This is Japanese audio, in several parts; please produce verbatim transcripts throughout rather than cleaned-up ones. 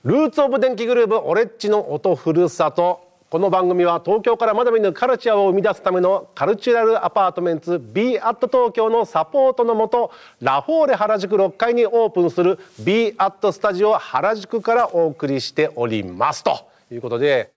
ルーツオブ電気グルーヴ、俺っちの音ふるさと。この番組は東京からまだ見ぬカルチャーを生み出すためのカルチュラルアパートメンツ B アット東京のサポートのもと、ラフォーレ原宿ろっかいにオープンする B アットスタジオ原宿からお送りしておりますということで、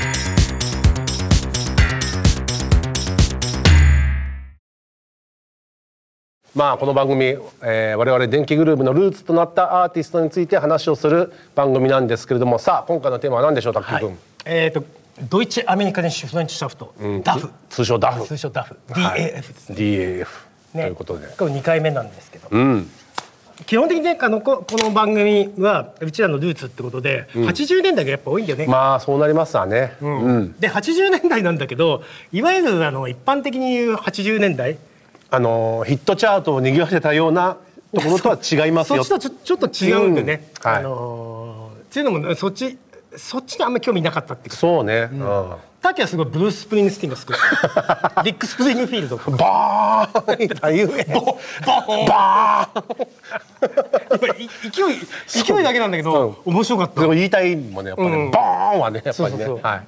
まあこの番組、えー、我々電気グルーヴのルーツとなったアーティストについて話をする番組なんですけれども、さあ今回のテーマは何でしょう、たっきーくん。 はい、えーとドイツアメリカンシュフレンチシャフト、うん、ダフ、 通称ダフ、 通称ダフ、ディーエーエフ ですね。 ディーエーエフ、ね、ということで、 これにかいめなんですけど、 うん、 基本的にね、あの こ, この番組はうちらのルーツってことで、うん、はちじゅうねんだいがやっぱ多いんだよね。 まあそうなりますわね、 うんうん、ではちじゅうねんだいなんだけど、いわゆるあの一般的に言うはちじゅうねんだい、あのヒットチャートを賑わせたようなところとは違いますよ。 そっちとちょっと違うんでね、 うん、はい、 あのー、っていうのもそっちそっちにあんまり興味なかったっていうか。 そうね、うん、 タキはすごいブルース・スプリングスティンが好きリック・スプリングフィールドとかバーン大変ボバーン勢い勢いだけなんだけど、うん、面白かった。 でも言いたいもんね、やっぱり、ね、うん、バーンはね、やっぱりね。そうそうそう、はい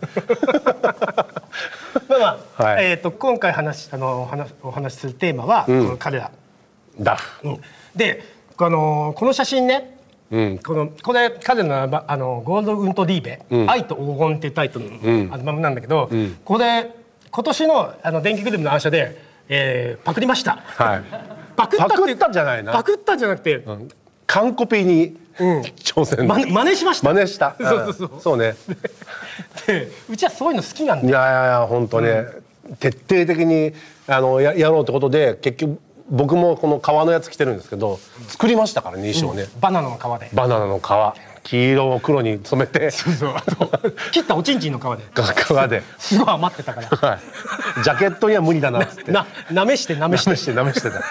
まあまあ、はい、えーと今回話あの話お話しするテーマは、うん、この彼らダフ、 うん、であのこの写真ね、うん、このこれ彼のあのゴールド・ウント・リーベ、うん、愛と黄金っていうタイトルのアルバムなんだけど、うん、これ今年のあの電気グルーヴのアンシャで、えー、パクりました、はい、パクったってパクったんじゃないな、 パクったんじゃなくて、 うん、完コピに、うん、挑戦、 ま、真似しました。 真似した、 そうそうそう、 そうねでうちはそういうの好きなんで、 いやいやいや本当ね、うん、徹底的にあの や, やろうってことで、結局僕もこの革のやつ着てるんですけど、作りましたからね、衣装ね、 うん、バナナの皮で、 バナナの皮、黄色を黒に染めて、 そうそう、あと切ったおちんちんの皮で皮ですごい余ってたから、 はい、ジャケットには無理だなっつってななめしてなめしてなめしてなめ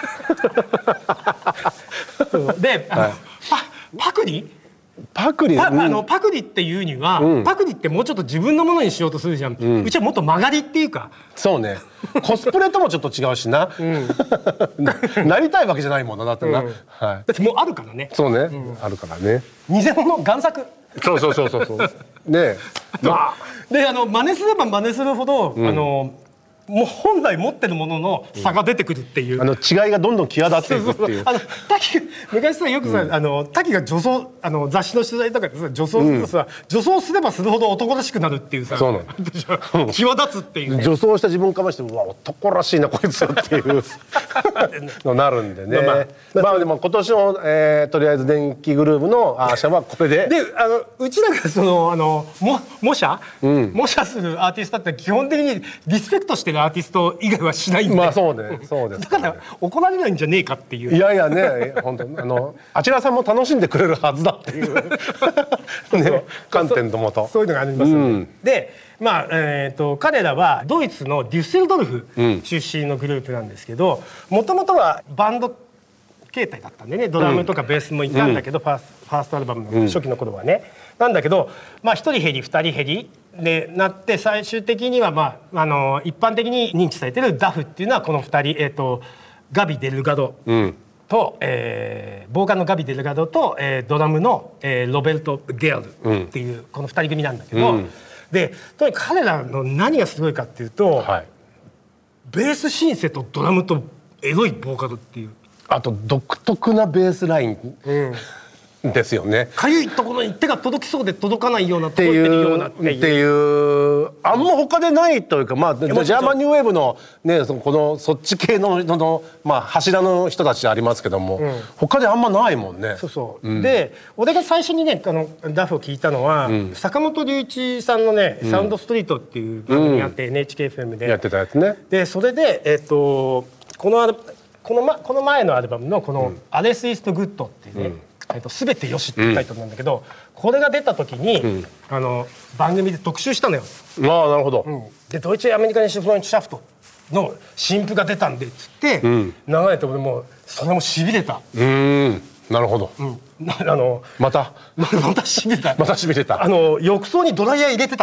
してたで、あの、はい、パ, パクリパクリ、 パ, あのパクリっていうには、うん、パクリってもうちょっと自分のものにしようとするじゃん、うん、うちはもっと曲がりっていうか、 そうね、コスプレともちょっと違うしな、うん、なりたいわけじゃないもんな、だってな、うん、はい、 だってもうあるからね、 そうね、うん、あるからね、 偽物贋作、 そうそうそうそうそうねまあで、あの真似すれば真似するほど、うん、あのもう本来持ってるものの差が出てくるっていう、 うん、あの違いがどんどん際立っていくっていう。 あの滝昔さよくさ、うん、あの滝が女装、あの雑誌の取材とかでさ女装するとさ、うん、女装すればするほど男らしくなるっていうさ、 そうなの際立つっていう、ね、 女装した自分かまして、うわ男らしいなこいつっていうのなるんでね。まあ、まあまあ、でも今年の、えー、とりあえず電気グルーヴのアーシャはこれで。 で、あのうちらがそのあのも模写、うん、模写するアーティストって基本的にリスペクトしてるアーティスト以外はしないんで、 まあそうね、そうです、ね、 だから怒られないんじゃねえかっていう。 いやいやね、本当あのあちらさんも楽しんでくれるはずだっていうね、観点ともとそういうのがありますよね、うん、で、まあえー、と彼らはドイツのデュッセルドルフ出身のグループなんですけど、もともとはバンド形態だったんでね、ドラムとかベースもいたんだけど、うん、ファース、ファーストアルバムの初期の頃はね、うん、なんだけど、まあ、ひとり減りふたり減りでなって、最終的には、まあ、あの一般的に認知されてるダフっていうのはこのふたり、えー、とガビ・デルガドと、うん、えー、ボーカルのガビ・デルガドと、えー、ドラムの、えー、ロベルト・ゲアルっていう、うん、このふたり組なんだけど、うん、でとにかく彼らの何がすごいかっていうと、はい、ベースシンセとドラムとエロいボーカルっていう、あと独特なベースライン、うんですよね。 かゆいところに手が届きそうで届かないような、届いてるようなっていう、 っていうあんま他でないというか、まあジャーマンニューウェーブのね、そのこのそっち系ののまあ柱の人たちありますけども、うん、他であんまないもんね。 そうそう、うん、で俺が最初にねあのダフを聞いたのは、うん、坂本龍一さんのね、うん、サウンドストリートっていう番組があって、うん、エヌエイチケーエフエム でやってたやつね。 でそれでえっ、ー、とこのこの、ま、この前のアルバムのこの、うん、アレス・イースト・グッドっていうね、うん、えっと、全てよしっていうタイトルなんだけど、うん、これが出た時に、うん、あの番組で特集したのよ。 ああなるほど、うん、 でドイツアメリカンシュフロントシャフトの新譜が出たんでっつって、うん、流れて俺もうそれもしびれた。 うーんなるほど、うん、あのまたまたしびれたまたしびれた。 あの浴槽にドライヤー入れてた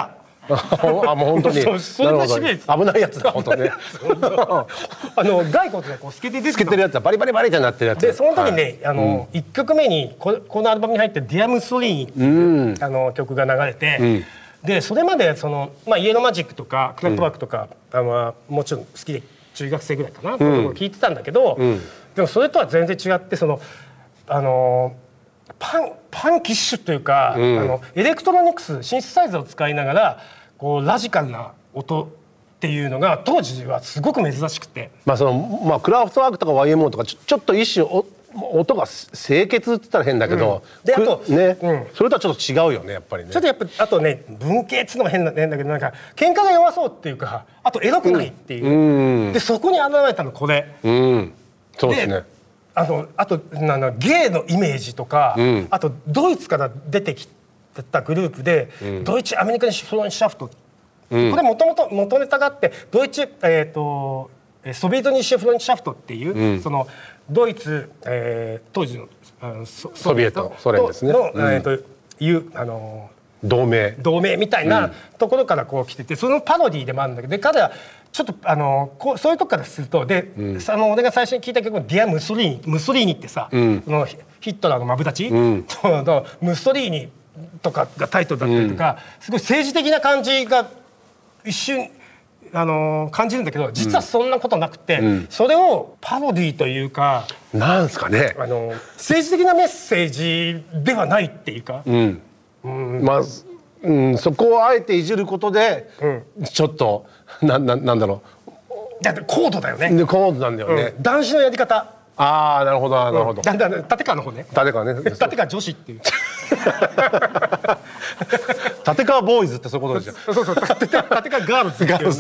あもう本当にそうそんなシビア危ないやつだ本当ねあの骸骨がこう透けて出て透けてるやつだバリバリバリってなってるやつでその時にね、はい、あの、うん、いっきょくめにここのアルバムに入って「ディア・ムッソリーニ」っていう、うん、あの曲が流れて、うん、でそれまでその、まあ、イエローマジックとかクラフトワークとか、うん、あのもちろん好きで中学生ぐらいかな、うん、この聞いてたんだけど、うん、でもそれとは全然違ってそのあのパンパンキッシュというか、うん、あのエレクトロニクスシンセサイザーを使いながらこうラジカルな音っていうのが当時はすごく珍しくて、 まあそのまあ、クラフトワークとか ワイエムオー とかちょ、ちょっと一種お音が清潔って言ったら変だけど、うん、であと、ねうん、それとはちょっと違うよねやっぱりね。 ちょっとやっぱあとね文系っつうのも変な変だけどなんか喧嘩が弱そうっていうかあとエロくないっていう、うん、でそこに現れたのこれ、うん、 そうですね。 あのあとなんだゲイのイメージとか、うん、あとドイツから出てきたグループで、うん、ドイツアメリカンシフロンシャフト、うん、これもともと元ネタがあってドイツ、えー、とソビエトニッシュフロンシャフトっていう、うん、そのドイツ、えー、当時のあの ソ, ソビエトソ連ですねの、うんえー、というあの同盟同盟みたいなところからこう来てて、そのパロディーでもあるんだけどで彼はちょっとあのこうそういうとこからするとで、うん、あの俺が最初に聞いた曲の「ディア・ムッソリーニ」ムッソリーニってさ、うん、のヒットラーのマブダチ、うん、とムッソリーニとかがタイトルだったりとか、うん、すごい政治的な感じが一瞬あの感じるんだけど実はそんなことなくて、うん、それをパロディーというかなんすかねあの政治的なメッセージではないっていうか、うんうん、まあ、うん、そこをあえていじることで、うん、ちょっとな、な、なんだろうだってコードだよね。 でコードなんだよね、 うん、男子のやり方。 ああなるほどなるほど、うん、 だんだん立川の方ね立川ね立川女子っていう立川ボーイズってそういうことですよ。 そうそう立川ガールズっていう、ね、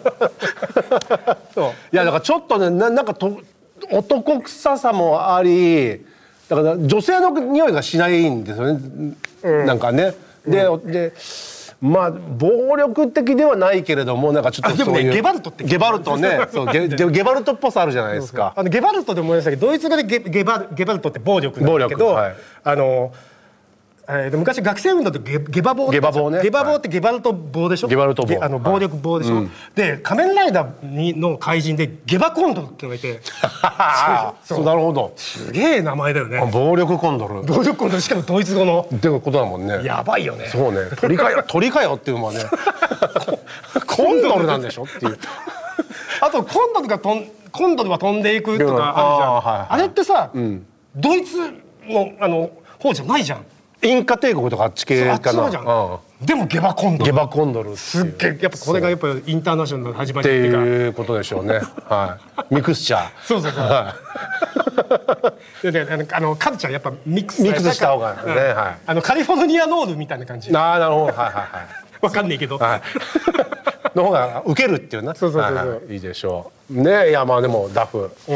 そういやだからちょっとね な, なんかと男臭さもありだから女性の匂いがしないんですよね、うん、なんかねで、うん、でまあ暴力的ではないけれどもなんかちょっとそういうでもねゲバルトってゲバルトねそう ゲ, ゲバルトっぽさあるじゃないですか。 そうそうあのゲバルトでも思いましたけどドイツ語で ゲ, ゲ, バゲバルトって暴力なんだけど、はい、あのえー、昔学生運動で ゲ, ゲバ棒ゲバ棒ねゲバ棒ってゲバルト棒でしょ。 ゲバルト棒あの暴力棒でしょ、はいうん、で仮面ライダーにの怪人でゲバコンドルっていうのがいてそうなるほどすげえ名前だよね。 暴力コンドル暴力コンドルしかもドイツ語のってことだもんね。 やばいよね。 そうね鳥かよ鳥かよっていうのはねコンドルなんでしょっていうあとコンドルがとんコンドルは飛んでいくとかあるじゃん あ,、はいはい、あれってさ、うん、ドイツのあの方じゃないじゃん。 インカ帝国とかあっち系かな。 じゃん、うん、でもゲバコンドルゲバコンドルすっげえやっぱこれがやっぱインターナショナルの始まりっていうことでしょうねはいミクスチャーそうそうそう、はい、でであのカルチャーやっぱミックスミックスした方がね、うんはい、 あのカリフォルニアロールみたいな感じ。 ああなるほどはいはいはいわかんないけど、はい、 の方がウケるっていうなそうそうそうそう、 はいはい、いいでしょうね。いやまあでもダフ、 うん、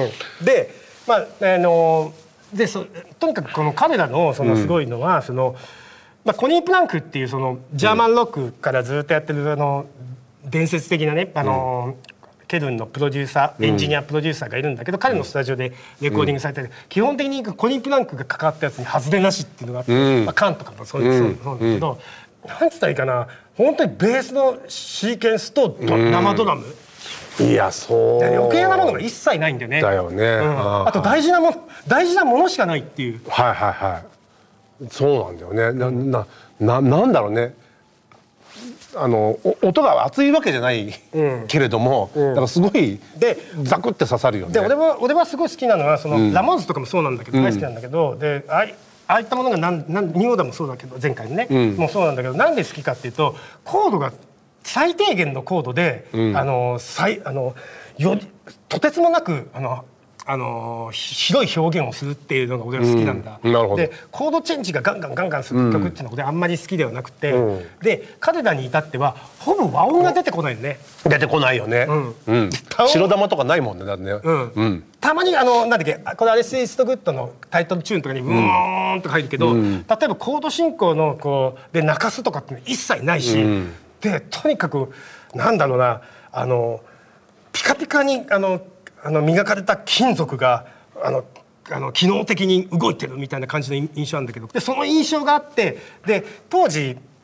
でまああのでそとにかくこの彼らのそのすごいのは、うん、そのまあ、コニー・プランクっていうそのジャーマンロックからずっとやってるあの伝説的なねあの、うん、ケルンのプロデューサーエンジニアプロデューサーがいるんだけど、うん、彼のスタジオでレコーディングされて、うん、基本的にコニー・プランクが関わったやつに外れなしっていうのがあって、うんまあ、カンとかもそういう、うん、そうなんだけど、うん、なんつったらいいかな本当にベースのシーケンスと生ドラム、 うん、いやそう余計なものが一切ないんだよね。 だよね、うん、 あと大事なもの大事なものしかないっていう。 はいはいはいそうなんだよね。な、な、な、なんだろうね。あの音が熱いわけじゃない、うん、けれども、うん、だからすごいでザクって刺さるよね。 で俺は俺はすごい好きなのはその、うん、ラモーズとかもそうなんだけど、大好きなんだけど、であいああいったものがなんなんニオーダもそうだけど前回ね、うん、もうそうなんだけどなんで好きかっていうとコードが最低限のコードで、うん、あの最あのよとてつもなくあのあの広い表現をするっていうのが俺は好きなんだ、うん、なるほど。でコードチェンジがガンガンガンガンする曲っていうのは俺あんまり好きではなくて、うん、で彼らに至ってはほぼ和音が出てこないよね。 出てこないよね、うんうん、白玉とかないもんねだってね、うんうん、 たまにあのなんだっけこれアレス・イーストグッドのタイトルチューンとかにブーンとか入るけど、うん、例えばコード進行のこうで泣かすとかって一切ないし、うん、でとにかくなんだろうなあのピカピカにあのあの磨かれた金属があのあの機能的に動いてるみたいな感じの印象なんだけどでその印象があってで当時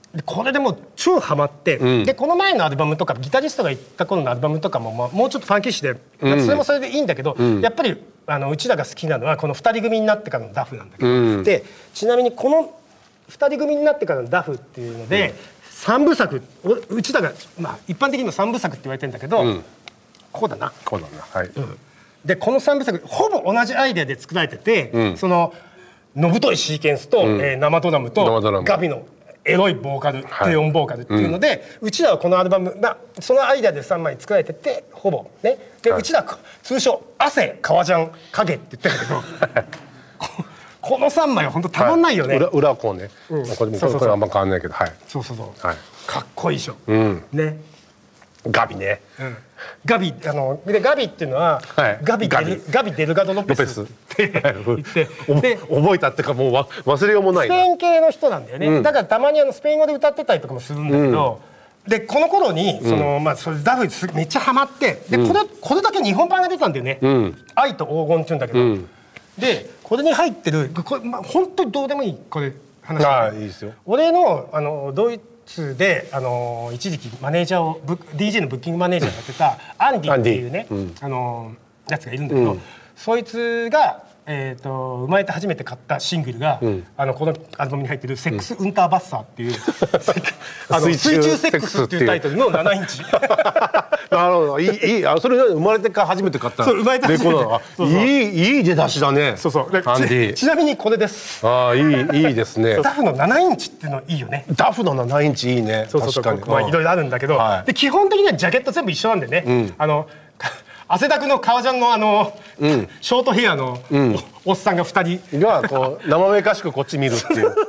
でこれでもう超ハマって、うん、でこの前のアルバムとかギタリストが行った頃のアルバムとかも、まあ、もうちょっとファンキッシュで、うん、それもそれでいいんだけど、うん、やっぱりあのうちらが好きなのはこのふたり組になってからのダフなんだけど、うん、でちなみにこのふたり組になってからのダフっていうので、うん、さんぶさくうちらが、まあ、一般的にもさんぶさくって言われてるんだけど、うん、こうだなこうだな、はい、うん、 でこのさんぶさくほぼ同じアイデアで作られてて、うん、そののぶといシーケンスと、うん、えー、生ドラムとガビのエロいボーカル、はい、低音ボーカルっていうので、うん、うちらはこのアルバム、まあ、そのアイデアでさんまい作られててほぼねで、はい、うちらは通称汗革ジャン影って言ってるんだけどこのさんまいは本当たまんないよね、 はい、裏はこうね、うん、これもこれはあんま変わんないけど、はい、 そうそうそう、はい、かっこいいでしょ、 うん、 ね、 ガビね、 うん、ガビあのでガビっていうのは、はい、ガビガビガビデルガド・ロペスって言ってで覚えたっていうかもう忘れようもないな。 スペイン系の人なんだよね、うん、だからたまにあのスペイン語で歌ってたりとかもするんだけど、うん、でこの頃にその、うん、まあ、それダフめっちゃハマってで、うん、これこれだけ日本版が出たんだよね、うん、愛と黄金っていうんだけど、うん、でこれに入ってるこれ、まあ、本当にどうでもいいこれ話あいいですよ。 俺のあのドイツであの一時期マネージャーを ディージェー のブッキングマネージャーやってたアンディっていうね、うん、あのやつがいるんだけど、うん、そいつが、えー、と生まれて初めて買ったシングルが、うん、あのこのアルバムに入ってる「セックス・ウンターバッサー」っていう、うん、あの水中セックスっていうタイトルのななインチなるほど、いいいい、あそれ生まれてから初めて買ったそう生まれて初めてそうそういいいい出だしだね。 そうそうでアンディ ち, ちなみにこれです。 ああいいいいですね。 ダフのななインチっていうのいいよね。 ダフのななインチいいね。 そうそうそう、 確かに、 まあ、いろいろあるんだけど、はい、で基本的にはジャケット全部一緒なんでね、うん、あの汗だくの革ジャンのあの、うん、ショートヘアの、うん、お, おっさんがふたりがこう生めかしくこっち見るっていう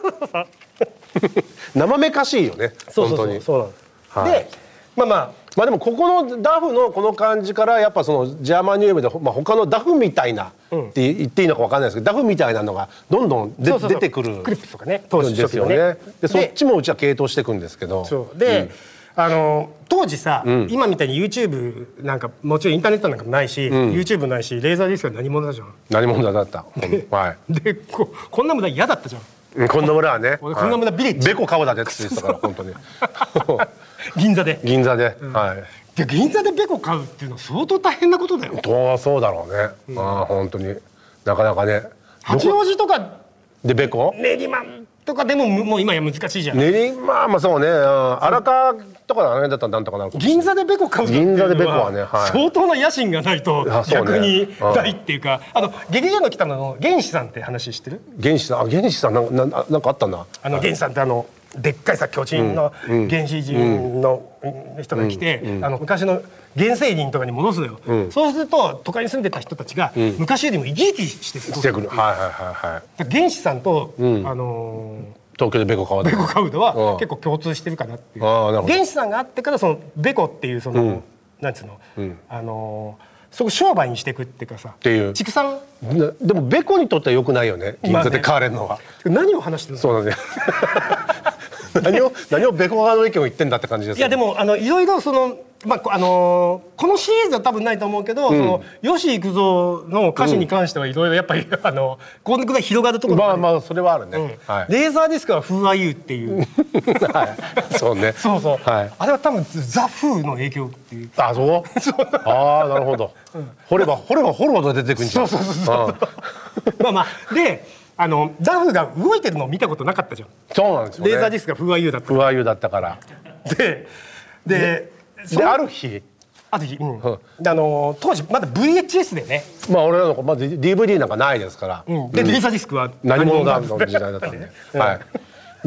生めかしいよね。 そうそうそう、本当にそうなんです、はい、でまあまあまあでもここのダフのこの感じからやっぱそのジャーマニウムで、まあ、他のダフみたいなって言っていいのか分かんないですけど、ダフみたいなのがどんどんで出てくるクリップとかね当時ですよね。でそっちもうちは系統していくんですけど、 そうで、うんあの当時さ、うん、今みたいに YouTube なんかもちろんインターネットなんかもないし、うん、YouTube ないしレーザーディスクは何者だじゃん。 何者だった、 はい、で こ, こんな村嫌だったじゃん。 こんな村はね、 こんな村ビレッジベコ顔だでって言ってたから本当に銀座で銀座で、 うん、 はい。 で銀座でベコ買うっていうのは相当大変なことだよ。 そうそうだろうね、うん、ああ本当になかなかね。 八王子とかでベコ練馬とかでももう今や難しいじゃん。 練馬まあそうね、荒川とかあれだったらなんとかなるかもしれない。銀座でベコ買うっていうのは銀座でベコはね、はい、 相当な野心がないと逆にないっていうか、あの劇場の来たの原始さんって話知ってる？ 原始さん、あ原始さんなんななんかあったんだ。 あの原始さんってあのでっかいさ巨人の原始人の人が来て、うんうん、あの昔の原生林とかに戻すのよ、うん、そうすると都会に住んでた人たちが、うん、昔よりも生き生きしてしてくる。はいはいはいはい。 原始さんと、うん、あのー東京でベコ買うベコ買うのは結構共通してるかなっていう。原始さんがあってからそのベコっていうその、うん、なんつうの、うん、あのー、そこ商売にしていくっていうかさっていう畜産でもベコにとっては良くないよね銀座で買われるのは、 まあね、何を話してるの。 そうなんです何を何をベコ側の意見を言ってんだって感じです、ね、 いやでもあのいろいろそのまああのー、このシリーズは多分ないと思うけど、うん、その吉幾三の歌詞に関してはいろいろやっぱり、うん、あのこんぐらい広がるところ、ね、 まあまあそれはあるね、 うん、はい、レーザーディスクは Who Are You っていうはい、そうねそうそう、はい、あれは多分ザ・フーの影響っていう。 あそうああなるほど、うん、掘れば掘れば掘るほど出てくるんじゃん。 そうそうそうそうまあまあであのザフが動いてるのを見たことなかったじゃん。 そうなんですよね。 レーザーディスクが Who Are You だったから Who Are You だったからででである日ある日、うんうん、であの当時まだ ブイエイチエス でね、 まあ俺らのまだ ディーブイディー なんかないですから、 うん、で、うん、レーザーディスクは何者だの時代だったんで、うん、はい、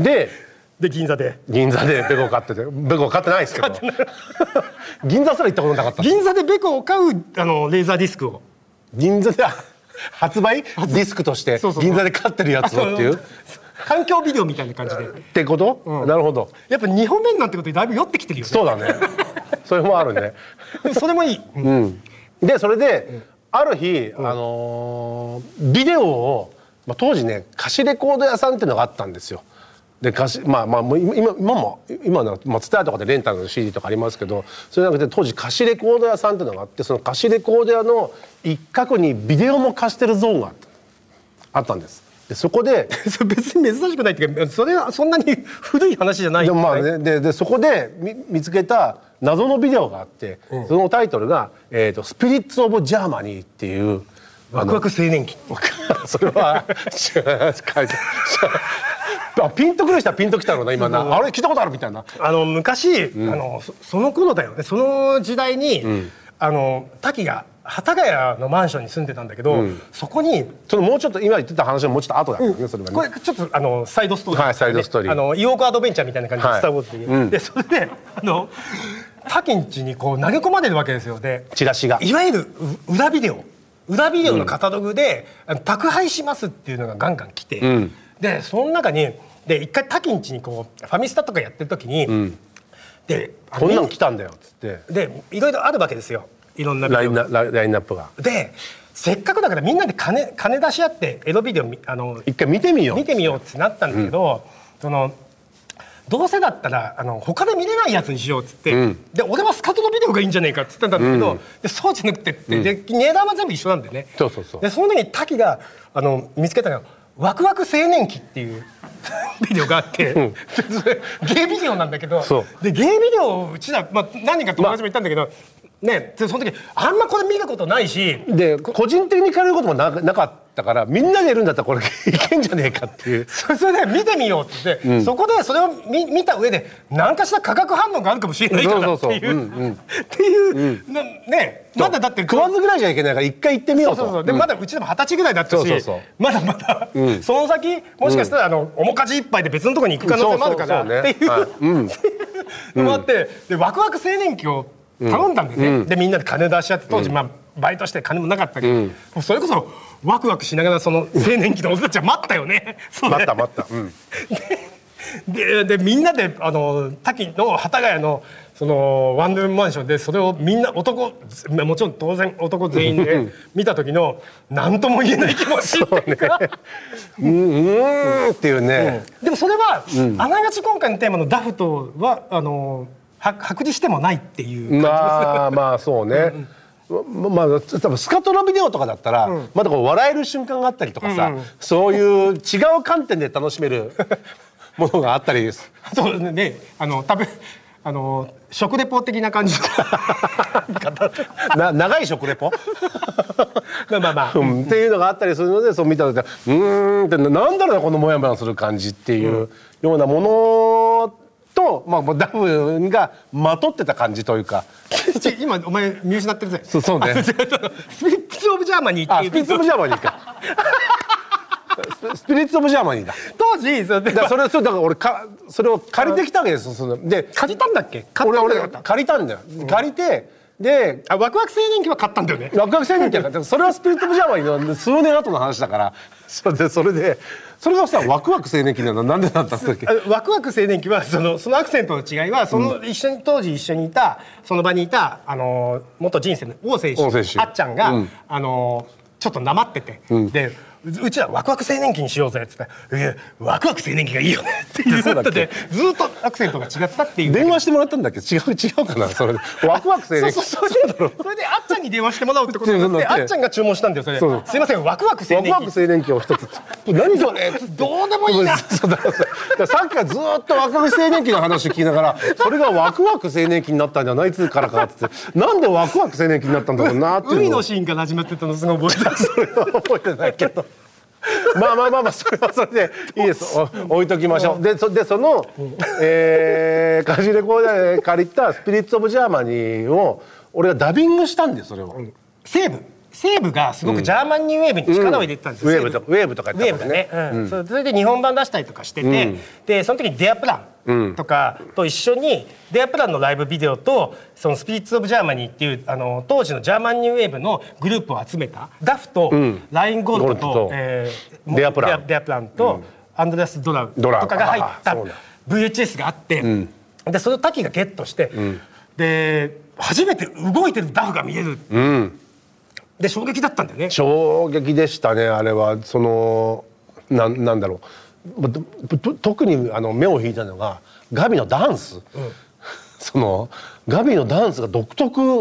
でで銀座で銀座でベコを買っててベコを買ってないですけど銀座すら行ったことなかった。 銀座でベコを買うあのレーザーディスクを銀座で発売ディスクとして銀座で買ってるやつをっていう環境ビデオみたいな感じでってこと、うん、なるほど。 やっぱにほんめになんてことにだいぶ酔ってきてるよね。 そうだねそれもあるねそれもいい、 うんうん、でそれで、うん、ある日、あのー、ビデオを、まあ、当時ね貸しレコード屋さんっていうのがあったんですよ。で貸しまあまあ今今も今のまあツタヤとかでレンタルの シーディー とかありますけど、それじゃなくて当時貸しレコード屋さんっていうのがあって、その貸しレコード屋の一角にビデオも貸してるゾーンがあったあったんです。 でそこで別に珍しくないっていうか、それはそんなに古い話じゃないでもまあね、ででそこで 見, 見つけた謎のビデオがあって、うん、そのタイトルが、えーと「スピリッツ・オブ・ジャーマニー」っていうワクワク青年期それはピンとくる人はピンときたろうな今な、あれ聞いたことあるみたいな。 あの昔、うん、あの そ, その頃だよね、その時代に、うん、あの滝が幡ヶ谷のマンションに住んでたんだけど、うん、そこにちょっともうちょっと今言ってた話はもうちょっと後だけどね、うん、それはね。 これちょっとあのサイドストーリー、ね、 はい、サイドストーリー、 あのイオークアドベンチャーみたいな感じで、はい、スター・ウォーズで、うん、でそれであの滝んちにこう投げ込まれるわけですよ。でチラシがいわゆる裏ビデオ裏ビデオのカタログで、うん、宅配しますっていうのがガンガン来て、うん、でその中にで一回滝んちにこうファミスタとかやってる時に、うん、でこんなん来たんだよっつってでいろいろあるわけですよ、いろんなビデオラインナ、ラインナップが。 でせっかくだからみんなで 金, 金出し合ってエロビデオあの一回見てみよう見てみようってなったんだけど、うん、そのどうせだったらあの他で見れないやつにしようっつって、うん、で俺はスカトのビデオがいいんじゃねえかっつってたんだけど、うん、でそうじゃなくてって、うん、で値段は全部一緒なんでね。 そうそうそう。 でその時に滝があの見つけたのがワクワク青年期っていうビデオがあって、うん、それゲイビデオなんだけど、でゲイビデオをうちら、まあ、何人か友達も言ったんだけど、まね、その時あんまこれ見たことないし、 で個人的に借りることも な, なかったからみんなでいるんだったらこれいけんじゃねえかっていうそれで見てみようって言って、うん、そこでそれを 見, 見た上で何かしら化学反応があるかもしれないからっていうっていう、うん、ねまだだって食わずぐらいじゃいけないから一回行ってみようと。 そうそうそうで、うん、まだうちでも二十歳ぐらいだったし、そうそうそうまだまだ、うん、その先もしかしたらあの面かじ一杯で別のところに行く可能性もあるからっていうのもあってでワクワク青年期を頼んだんでね、うん、でみんなで金出し合って当時、まあ、バイトして金もなかったけど、うん、もうそれこそワクワクしながらその青年期の俺たちは待ったよね待った待った、うん、 で, で, でみんなであの滝の幡ヶ谷のそのワンルームマンションでそれをみんな男もちろん当然男全員で見た時の何とも言えない気持ちっていうかうーんっていうね、 うん、でもそれは、うん、あながち今回のテーマのダフとはあの剥離してもないっていう感じです。 まあまあそうね、うんうん、まあ多分スカトロビデオとかだったら、うん、まだこう笑える瞬間があったりとかさ、うん、そういう違う観点で楽しめるものがあったりです。 そうね、あの食べあの食レポ的な感じな長い食レポまあまあまあ、 うん、っていうのがあったりするのでそう見た時はうーんってなんだろうなこのモヤモヤする感じっていうようなものと、まあ、ダブがまとってた感じというか今お前見失ってるぜ。 そうそうねスピリッツ・オブ・ジャーマニーっていう。 あスピリッツ・オブ・ジャーマニーかスピリッツ・オブ・ジャーマニーだ当時それだそれそれだから俺かそれを借りてきたわけですよ。そので借りたんだっけ。 俺俺借りたんだよ、うん、借りてであワクワク青年期は買ったんだよね。 ワクワク青年期は買ったそれはスピリッツ・オブ・ジャーマニーの数年後の話だからそれでそれでそれがさワクワク青年期なのなんでだったんだっけ。 ワクワク青年期はそのそのアクセントの違いはその一緒に当時一緒にいたその場にいたあの元人生の王選手あっちゃんが、うん、あのちょっとなまってて、うん、でうちらワクワク青年期にしようぜっつって「いやワクワク青年期がいいよね」って言っててずっとアクセントが違ったっていう。 電話してもらったんだっけ。違う違うかなそれでワクワク青年期そうそうそうそれでそれであっちゃんに電話してもらおうってことになってあっちゃんが注文したんだよ。それで「すいませんワクワク青年期」 ワクワク青年期を一つ何それどうでもいいなそうだからさっきからずっとワクワク青年期の話聞きながらそれがワクワク青年期になったんじゃないっつうからかってなんでワクワク青年期になったんだろうなっていうの海のシーンから始まってたのすごい覚えてたそれは覚えてないけどまあまあまあまあそれはそれでいいです置いときましょう。で そ, でその、えー、カジレコーダーで借りたスピリッツ・オブ・ジャーマニーを俺がダビングしたんですそれを、うん、 西部西部がすごくジャーマンニューウェーブに力を入れてたんですよ、 うん、ウェーブとウェーブとか言ったもんね、ウェーブね、うんうん、それで日本版出したりとかしてて、うん、でその時にデアプランとかと一緒に、うん、デアプランのライブビデオとそのスピリッツ・オブ・ジャーマニーっていうあの当時のジャーマンニューウェーブのグループを集めたダフと、うん、ライン・ゴールド と, と、えー、 デアプランデアプランと、うん、アンドレアス・ドラウとかが入った ブイエイチエス があって、うん、でそれを滝がゲットして、うん、で初めて動いてるダフが見える、うんで衝撃だったんだよね。 衝撃でしたねあれは。その な, なんだろう特にあの目を引いたのがガビのダンス、うん、そのガビのダンスが独特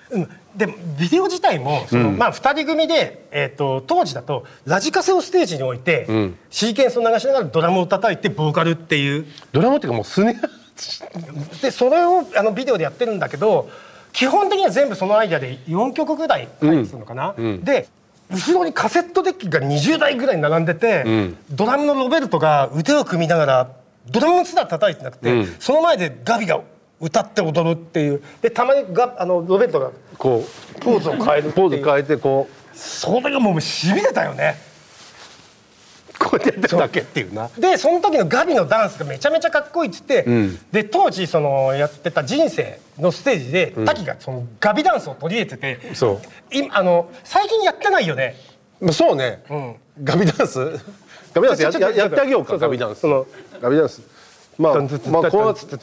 うん、でビデオ自体もその、うん、まあ、ふたり組で、えー、と当時だとラジカセをステージに置いて、うん、シーケンスを流しながらドラムを叩いてボーカルっていうドラムっていうかもうスネアでそれをあのビデオでやってるんだけど基本的には全部そのアイデアでよんきょくぐらい書いてたのかな、うんうん、で後ろにカセットデッキがにじゅうだいぐらい並んでて、うん、ドラムのロベルトが腕を組みながらドラムのすら叩いてなくて、うん、その前でガビが歌って踊るっていうでたまにがあのロベルトがこうポーズを変えるっていうポーズ変えてこうそれがもうしびれたよね。 こうやってやってるだけっていうな。 でその時のガビのダンスがめちゃめちゃかっこいいっつって、うん、で当時そのやってた人生のステージで、うん、滝がそのガビダンスを取り入れてて、 そう今あの最近やってないよね。 まあ、そうね、うん、ガビダンスガビダンス や, や, やってあげようか。ガビダンスそのガビダンスまあまあこうやって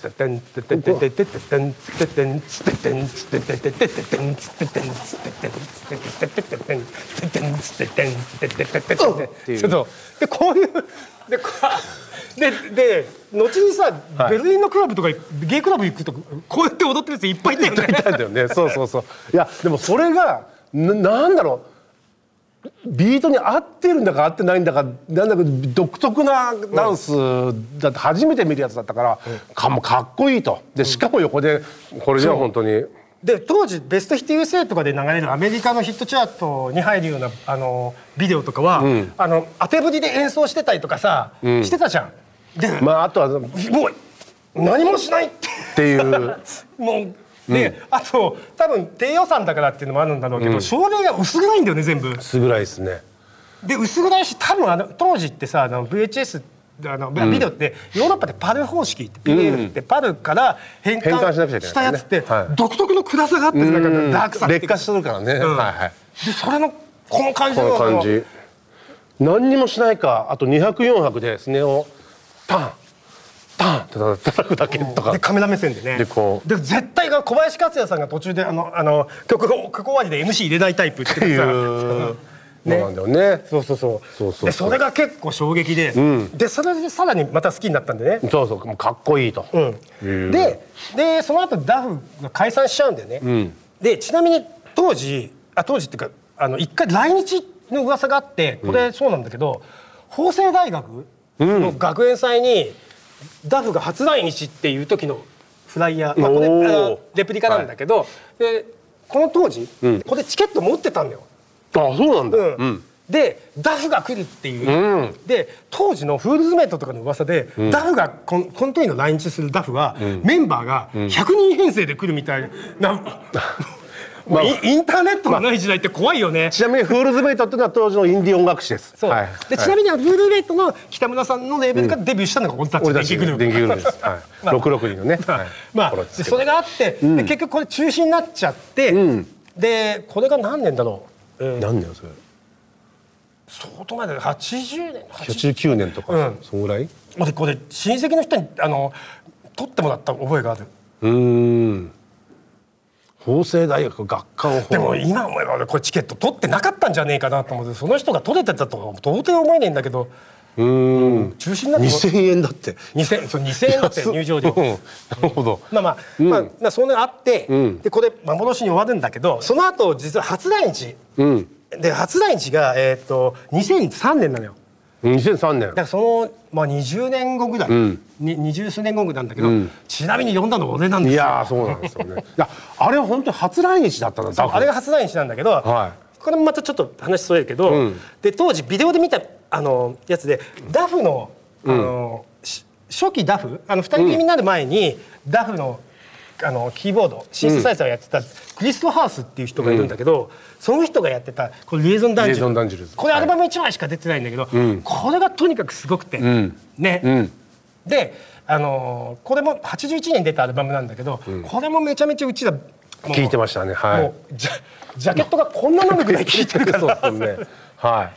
でこういうででで後にさ、はい、ベルリンのクラブとかゲイクラブ行くとこうやって踊ってるやついっぱいいたよね。 いたんだよね。そうそうそう。いやでもそれが な, なんだろうビートに合ってるんだか合ってないんだかなんだか独特なダンスだって初めて見るやつだったから、うん、か, もかっこいいと。でしかも横でこれじゃ本当に。 で当時ベストヒット ユーエスエー とかで流れるアメリカのヒットチャートに入るようなあのビデオとかは、うん、あの当てぶりで演奏してたりとかさ、うん、してたじゃん。でまああとはもう何もしないっていうもうで、うん、あと多分低予算だからっていうのもあるんだろうけど、うん、照明が薄暗いんだよね全部。 薄暗いですね。 で薄暗いし多分あの当時ってさあの ブイエイチエスあのビデオってヨーロッパでパル方式って ピーエル ってパルから変換したやつって独特の暗さがあってなんかダークさ劣化してるからね、うんはいはい、 でそれのこの感じのこの感じ何にもしないかあとにひゃくよんはくでスネをパンパンって叩くだけとかでカメラ目線でね。でこうで絶対が小林克也さんが途中であのあの曲曲終わりで エムシー 入れないタイプっていうさね、そうなんだよね。 そうそうそう。そうそうそうでそれが結構衝撃で、うん、でそれでさらにまた好きになったんでね。 そうそうもうかっこいいと。 うん、ででその後ダフが解散しちゃうんだよね。うん、でちなみに当時あ当時っていうかあの一回来日の噂があってこれそうなんだけど、うん、法政大学の学園祭にダフが初来日っていう時のフライヤー、まあ、これレプリカなんだけど、はい、でこの当時、うん、これチケット持ってたんだよ。 あそうなんだ、うんうん、でダフが来るっていう、うん、で当時のフールズメイトとかの噂で、うん、ダフがこのこの時の来日するダフは、うん、メンバーがひゃくにん編成で来るみたいな、うんまあ、インターネットがない時代って怖いよね、まあ、 ちなみにフールズメイトっていうのは当時のインディ音楽誌です。 そう、はい、でちなみにフールズメイトの北村さんのレーベルからデビューしたのが俺たち電気グループ、 電気グループです、はいまあ、ろくろくにんのね、 まあまあ、でそれがあって、うん、で結局これ中止になっちゃって、うん、でこれが何年だろう、 えー、何年それ相当前だよはちじゅうねんはちじゅうきゅうねんとか、うん、そのぐらいでこれ親戚の人にあの取ってもらった覚えがある。 うーん法政大学学科をでも今思えばこれチケット取ってなかったんじゃねえかなと思ってその人が取れてたとは到底思えねえんだけどうーん、うん、 中止になってにせんえんだってにせん、そうにせんえんだって入場料、うん、なるほどまあまあ、うんまあ、そんなのあって、うん、でこれ幻に終わるんだけどその後実は初来日、うんで初来日が、えー、とにせんさんねんなのよ。 にせんさんねんだからその、まあ、にじゅうねんごぐらい、うん、ににじゅうすうねんごなんだけど、うん、ちなみに呼んだの俺なんですよ。 いやそうなんですよねいやあれは本当に初来日だったんだ。 あれが初来日なんだけど、はい、これもまたちょっと話それるけど、うん、で当時ビデオで見たあのやつでダフの、あの、うん、初期ダフあのふたり組になる前に、うん、ダフのあのキーボードシンセサイザーをやってたクリストハースっていう人がいるんだけど、うん、その人がやってたこれリエゾンダンジュルこれアルバムいちまいしか出てないんだけど、はい、これがとにかくすごくて、うん、ね、うん、で、あのー、これもはちじゅういちねん出たアルバムなんだけど、うん、これもめちゃめちゃうちら聴いてましたね、はい、もうジャ、ジャケットがこんなのぐらい聴いてるからそうですね、はい、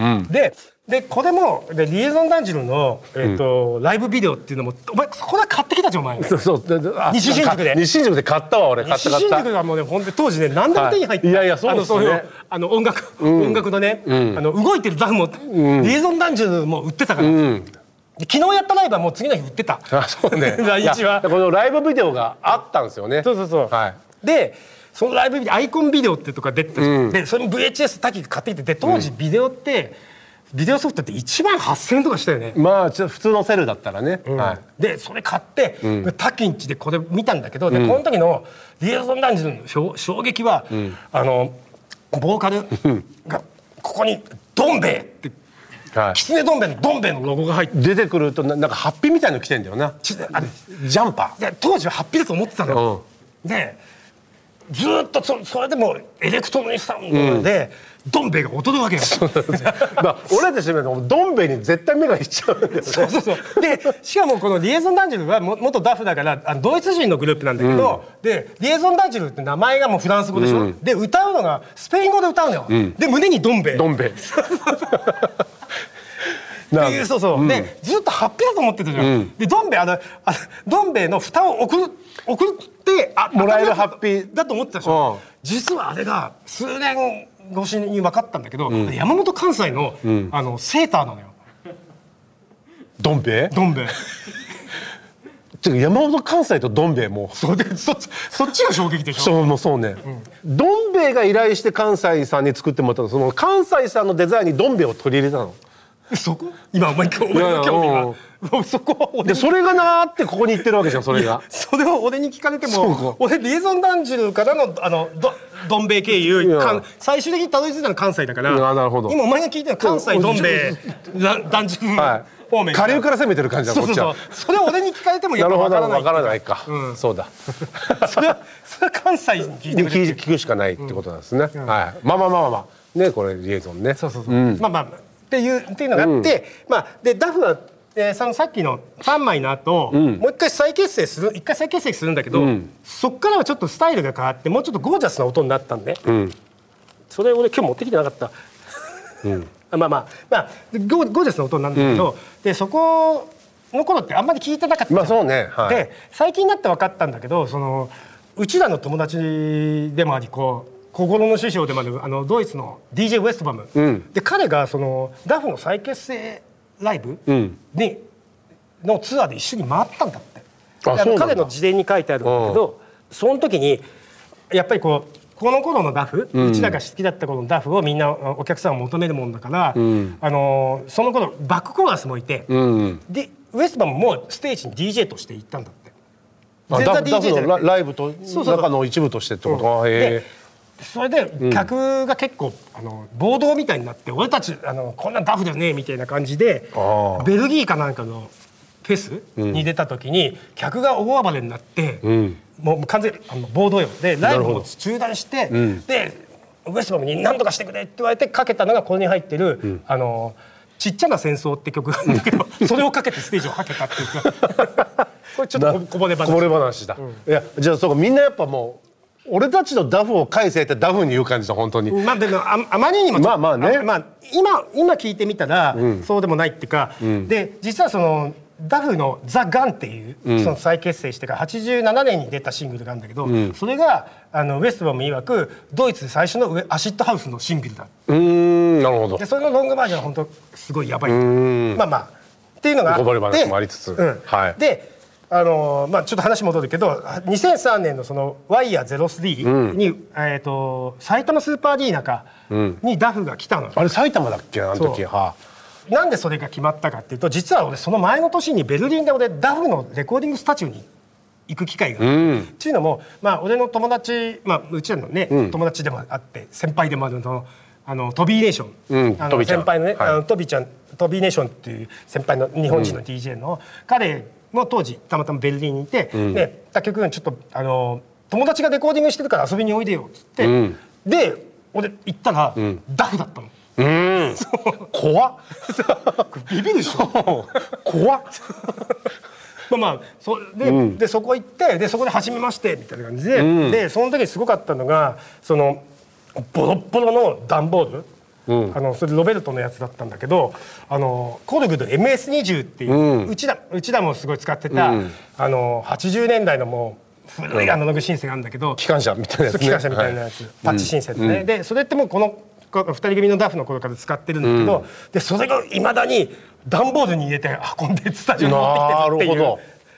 うん、ででこれもでリエゾンダンジルの、えーとうん、ライブビデオっていうのもお前そこで買ってきたじゃんお前。 そうそう西新宿で西新宿で買ったわ俺。買った買った。 西新宿がもうね本当に当時ね何でも手に入って、 はい、いやいやそうですね。あのあの音楽、うん、音楽のね、うん、あの動いてるダフも、うん、リエゾンダンジルも売ってたから、うん、で昨日やったライブはもう次の日売ってた。 あそうね。 来日はこのライブビデオがあったんですよね。 そうそうそう、 はい、 でそのライブビデオアイコンビデオってとか出てた、うん、でそれも ブイエイチエス タキが買ってきてで当時ビデオって、うん、ビデオソフトっていちまんはっせんえんとかしたよね。 まあ普通のセルだったらね、 うんはい、 でそれ買って、うん、タキんちでこれ見たんだけど、でこの時のリエゾンダンジの衝撃は、うん、あのボーカルがここにどん兵衛ってはい、キツネどん兵衛のどん兵衛のロゴが入って出てくると な, なんかハッピーみたいの着てんだよな、あれジャンパーで当時はハッピーだと思ってたのよ、うん、でずっと そ, それでもエレクトロニックサウンドで、うん、どん兵衛が踊るわけよまあ俺たちもどん兵衛に絶対目がいっちゃうんだよね。 そうそうそうでしかもこのリエゾンダンジルはも元ダフだからあのドイツ人のグループなんだけど、うん、でリエゾンダンジルって名前がもうフランス語でしょ、うん、で歌うのがスペイン語で歌うのよ、うん、で胸にどん兵衛どん兵衛っていうそうそう、うん、でずっとハッピーだと思ってたじゃん、うん、でどん兵衛あのあどん兵衛の蓋を送る送ってあもらえるハッピーだと思ってたでしょ、うん、実はあれが数年越しに分かったんだけど、うん、山本関西の、うん、あのセーターなのよどん兵衛どん兵衛山本関西とどん兵衛もそで そ, そっちが衝撃でしょ。 そうもそうね、うん、どん兵衛が依頼して関西さんに作ってもらったのその関西さんのデザインにどん兵衛を取り入れたの。 そこ今お前お前の興味はもうそこはでそれがなーってここに言ってるわけじゃん。それがそれを俺に聞かれても俺リエゾンダンジルからのあの ど, どん兵衛経由最終的にたどり着いたのは関西だから、 なるほど今お前が聞いてるのは関西どん兵衛断食方面下流から攻めてる感じだ。 そうそうそうそれを俺に聞かれてもやっぱ分からない。 分からないか、うん、そうだそれはそれは関西に聞いてくれ聞くしかないってことなんですね、うん、はい、まあまあまあまあねこれリエゾンねそうそうそう、うん、まあまあっていうっていうのがあって、うん、まあでダフは、えー、そのさっきのファンマイの後、うん、もう一回再結成する一回再結成するんだけど、うん、そっからはちょっとスタイルが変わってもうちょっとゴージャスな音になったんで、うん、それ俺今日持ってきてなかった、うん、まあまあまあゴー、ゴージャスな音なんだけど、うん、でそこの頃ってあんまり聞いてなかった、 まあそうね、はい、 で最近になって分かったんだけどそのうちらの友にでもありこう心の師匠でもあるあのドイツの ディージェー ウエストバム、うん、で彼がそのダフの再結成ライブに、うん、のツアーで一緒に回ったんだって。あの彼の自伝に書いてあるんだけど、うん、その時にやっぱりこうこの頃のダフ、うん、うちらが好きだった頃のダフをみんなお客さんを求めるもんだから、うん、あのその頃バックコーラスもいて、うん、でウエストバムもステージに ディージェー として行ったんだって。 全然 ディージェー じゃなくてダフのライブと中の一部としてってこと。 うん、でそれで客が結構、うん、あの暴動みたいになって俺たちあのこんなんダフだよねみたいな感じでベルギーかなんかのフェスに出た時に、うん、客が大暴れになって、うん、もう完全にあの暴動よでライブも中断して、うん、でウエストバムに何とかしてくれって言われてかけたのがこれに入ってる、うん、あのちっちゃな戦争って曲があるんだけどそれをかけてステージをかけたっていうかこれちょっとこぼれ話こぼれ話だ、うん、いやじゃあそうかみんなやっぱもう俺たちのダフを返せってダフに言う感じだ本当に。 まあでも あ, あまりにもまあまあね、 まあ、今今聞いてみたら、うん、そうでもないっていうか、うん、で実はそのダフの「ザ・ガン」っていう、うん、その再結成してからはちじゅうななねんに出たシングルがあるんだけど、うん、それがあのウエストバム曰くドイツ最初のアシッドハウスのシングルだ。 うーんなるほど。 でそれのロングバージョンは本当すごいやばい。まあまあっていうのがあってこぼれ話もありつつ、 うんはい、であのーまあ、ちょっと話戻るけどにせんさんねんのそのワイヤーゼロスリーに、うんえー、と埼玉スーパーアリーナかにダフが来たの、うん、 あれ埼玉だっけあの時はあ、なんでそれが決まったかっていうと実は俺その前の年にベルリンで俺ダフのレコーディングスタジオに行く機会がある、うん、っていうのも、まあ、俺の友達、まあ、うちらのね、うん、友達でもあって先輩でもあるのあのトビーネーション、うん、あの先輩のね、はい、あのトビちゃんトビーネーションっていう先輩の日本人の ディージェー の、うん、彼も当時たまたまベルリンにいて、うん、で竹局君ちょっとあの友達がレコーディングしてるから遊びにおいでよっつって、うん、で俺行ったら、うん、ダフだったの。 うん怖っビビるでしょ怖っまあまあそで、うん、でそこ行ってでそこで初めましてみたいな感じで、うん、でその時すごかったのがそのボロッボロの段ボール、うん、あのそれロベルトのやつだったんだけどあのコルグの エムエスにじゅう っていう、うん、うちらうちらもすごい使ってた、うん、あのはちじゅうねんだいのもう古いアナログシンセがあるんだけど、 機関車みたいなやつ、ね、 機関車みたいなやつ、はい、パッチシンセでね、うん、でそれってもうこのふたり組のダフの頃から使ってるんだけど、うん、でそれがいまだに段ボールに入れて運んでスタジオに持ってきてるっていう。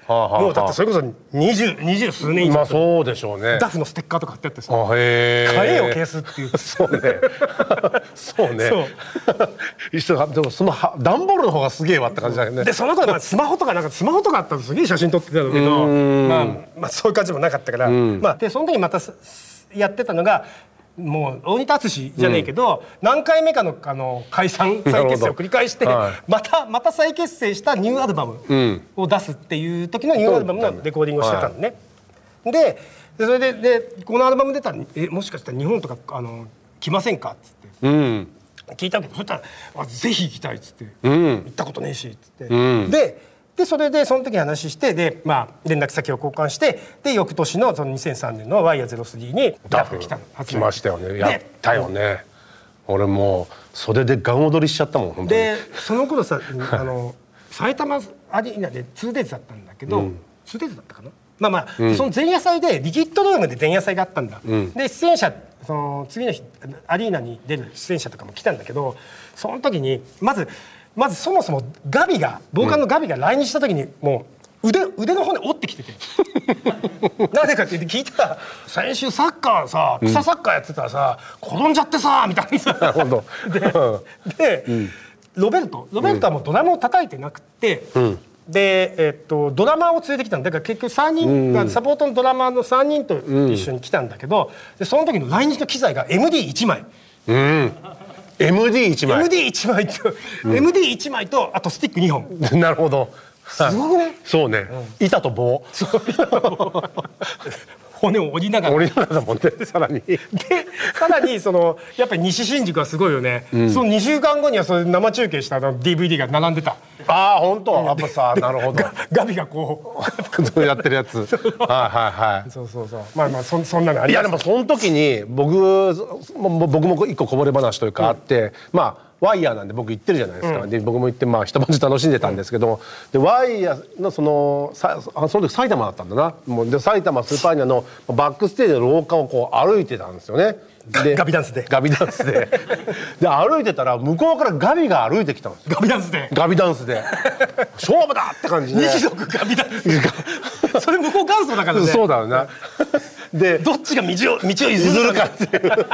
あはあ、 もうだってそれこそ二十二十数年以上、 まあそうでしょうね。 ダフのステッカーとか貼ってあってさ、 あへー買えよケースっていう。 そうねそうねそう一緒だ。でもそのは段ボールの方がすげえわって感じだよね。 でその頃まあスマホとかなんかスマホとかあったらすげえ写真撮ってたんだけど、まあ、まあそういう感じもなかったから、まあでその時またやってたのがもう大仁田敦じゃねえけど、うん、何回目かのあの解散再結成を繰り返して、はい、またまた再結成したニューアルバムを出すっていう時のニューアルバムのレコーディングをしてたのね。はい、で, でそれででこのアルバム出たらえもしかしたら日本とかあの来ませんかっつって、うん、聞いたけどそしたらあぜひ行きたいっつって、うん、行ったことねえしっつって、うん、ででそれでその時話してで、まあ、連絡先を交換してで翌年 の, そのにせんさんねんのワイヤーゼロスリーにダフが来たの。 来ましたよね。やったよね。俺もう袖でガン踊りしちゃったもん本当に。 でその頃さあの埼玉アリーナで ツーデイズ だったんだけど、うん、ツーデイズ だったかな。まあまあ、うん、その前夜祭でリキッドルームで前夜祭があったんだ、うん、で出演者その次の日アリーナに出る出演者とかも来たんだけどその時にまずまずそもそもガビがボーカルのガビが来日した時にもう 腕, 腕の骨折ってきててなぜかって聞いたら先週サッカーさ草サッカーやってたらさ、うん、転んじゃってさみたいにさで, で、うん、ロベルトロベルトはもうドラムを叩いてなくて、うん、で、えっと、ドラマーを連れてきたんだから結局さんにん、うん、サポートのドラマーのさんにんと一緒に来たんだけど、でその時の来日の機材が エムディーいち 枚、うん、 エムディーいち 枚エムディーいち 枚と、うん、エムディーいち 枚とあとスティックにほんなるほど。 すごくね。 そうね、うん、板と棒骨を折りながら折りながらだもんね。さらにでさらにそのやっぱり西新宿はすごいよね、うん、そのにしゅうかんごにはそれ生中継したあの ディーブイディー が並んでた。 ああ本当やっぱさなるほどガビがこうやってるやつはいはいはいそうそうそうまあまあ そ, そんなのあります。 いやでもその時に僕僕も一個こぼれ話というかあって、うん、まあワイヤーなんで僕行ってるじゃないですか、うん、で僕も行ってまあ一晩中楽しんでたんですけど、うん、でワイヤーのそのさその時埼玉だったんだな。もうで埼玉スーパーアリーナのバックステージの廊下をこう歩いてたんですよね。 でガビダンスでガビダンスでで歩いてたら向こうからガビが歩いてきたんですよ。 ガビダンスでガビダンスで勝負だって感じで二族ガビダンスそれ向こう元祖だからね。 そうだよなでどっちが道を道を譲るかって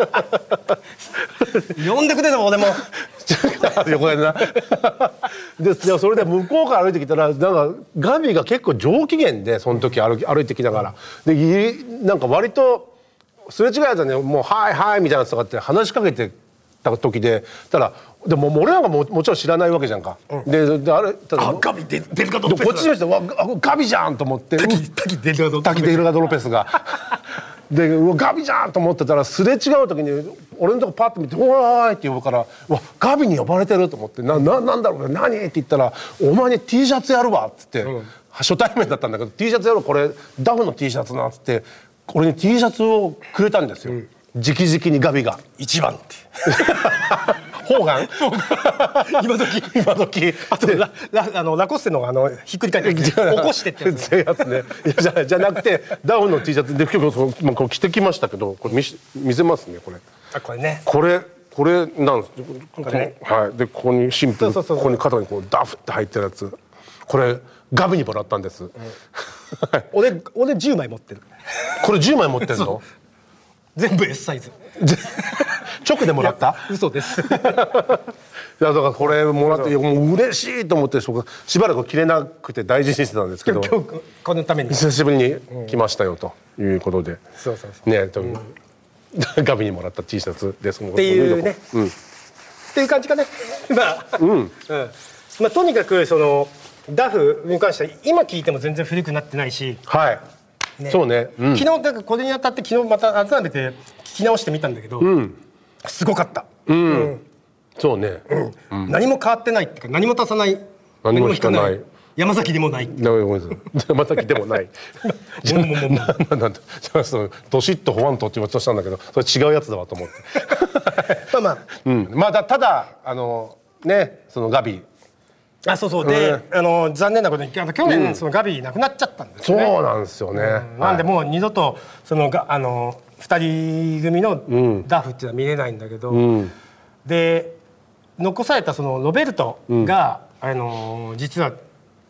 いう呼んでくれでも俺も横やなでそれで向こうから歩いてきたらなんかガビが結構上機嫌でその時歩き歩いてきながらでなんか割とすれ違いだったね。もうはいはいみたいなやつとかって話しかけてた時でたらでも俺なんか も, もちろん知らないわけじゃんか、うん、で, であれただあガビデルガドロペスこっちの人わガビじゃんと思って滝デルガドロペスがでうわガビじゃんと思ってたらすれ違う時に俺のとこパッと見て「おーい」って呼ぶから「わガビに呼ばれてる」と思って「な, な, なんだろうね何?」って言ったら「お前に T シャツやるわ」っつって、うん、初対面だったんだけど T シャツやろうこれダフの T シャツなっつって俺に T シャツをくれたんですよ、うん、直々にガビが一番ってホーガン今時今時あと ラ, ラ, あのラコステのあのひっくり返って起こしてってやつ、 ね、やつねじ ゃ, じゃなくてダウンの T シャツで今日これ着てきましたけどこれ 見, 見せますねこれあこれねこれこれなんですこれ、ね、はいでここにシンプルここに肩にこうダフって入ってるやつこれガビにもらったんです、うん、 俺俺じゅうまい持ってるこれじゅうまい持ってるの全部 S サイズ直でもらった？ 嘘ですいやだからこれもらってもう嬉しいと思ってしばらく着れなくて大事にしてたんですけど今日このために久しぶりに来ましたよということで、うん、 そうそうそうね、うん、ガビにもらった T シャツですっていうね、うん、っていう感じかねまあ、うんうんまあ、とにかくそのダフに関しては今聞いても全然古くなってないしはいね、そうね、うん、 昨日だからこれにあたって昨日また改めて聞き直してみたんだけど、うん、すごかった、うんうん、 そうね、 うんうん、何も変わってないっていうか何も足さない何も引かない山崎でもない山崎でもないじゃあなんだどしっとホワントって言われとしたんだけどそれ違うやつだわと思ってまあまあ、 うん、まあだただあのねそのガビあそうそうで、うん、あの残念なことに去年、うん、そのガビ亡くなっちゃったんですよね。 そうなんですよね、 うん、なんでもう二度とそのがあのふたり組のダフっていうのは見れないんだけど、うん、で残されたそのロベルトが、うん、あの実は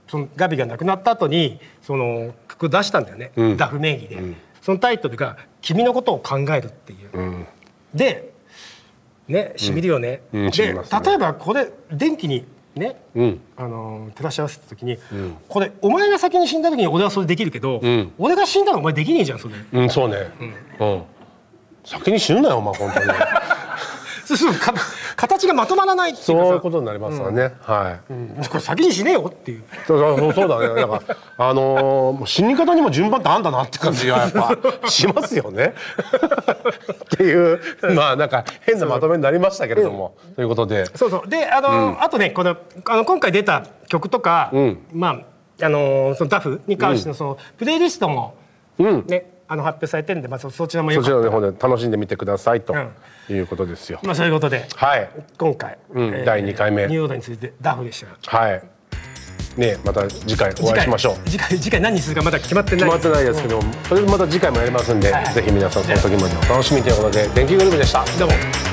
そのガビが亡くなった後にその曲出したんだよね、うん、ダフ名義で、うん、そのタイトルが「君のことを考える」っていう、うん、でねしみるよね、うんうん、で、ね、例えばこれ電気にね、うん、あの照らし合わせた時に、うん、これお前が先に死んだ時に俺はそれできるけど、うん、俺が死んだらお前できねえじゃんそれ。 うん、そうね、うんうん、先に死ぬなよお前本当にそうそうか形がまとまらないっていうかさ、 そういうことになりますよね、うん、はい、 うん、これ先に死ねよっていうそうそうそうだね。だからあのー、死に方にも順番ってあんだなって感じがやっぱしますよねっていうまあなんか変なまとめになりましたけれども、ということでそうそうであのーうん、あとねこのあの今回出た曲とか、うん、まああのー、そのダフに関してのその、うん、プレイリストもね、うんあの発表されてるんで、まあ、そ, そちらもよかったらそちらの方で楽しんでみてくださいということですよ、 うん、まあそういうことで、はい、今回、 うんえー、だいにかいめニューオーダーについてダフでしたはいねまた次回お会いしましょう。 次回次回何にするかまだ決まってない決まってないですけど、うん、それでまた次回もやりますんで、はい、ぜひ皆さんその時までお楽しみということで電気グループでした。 どうも。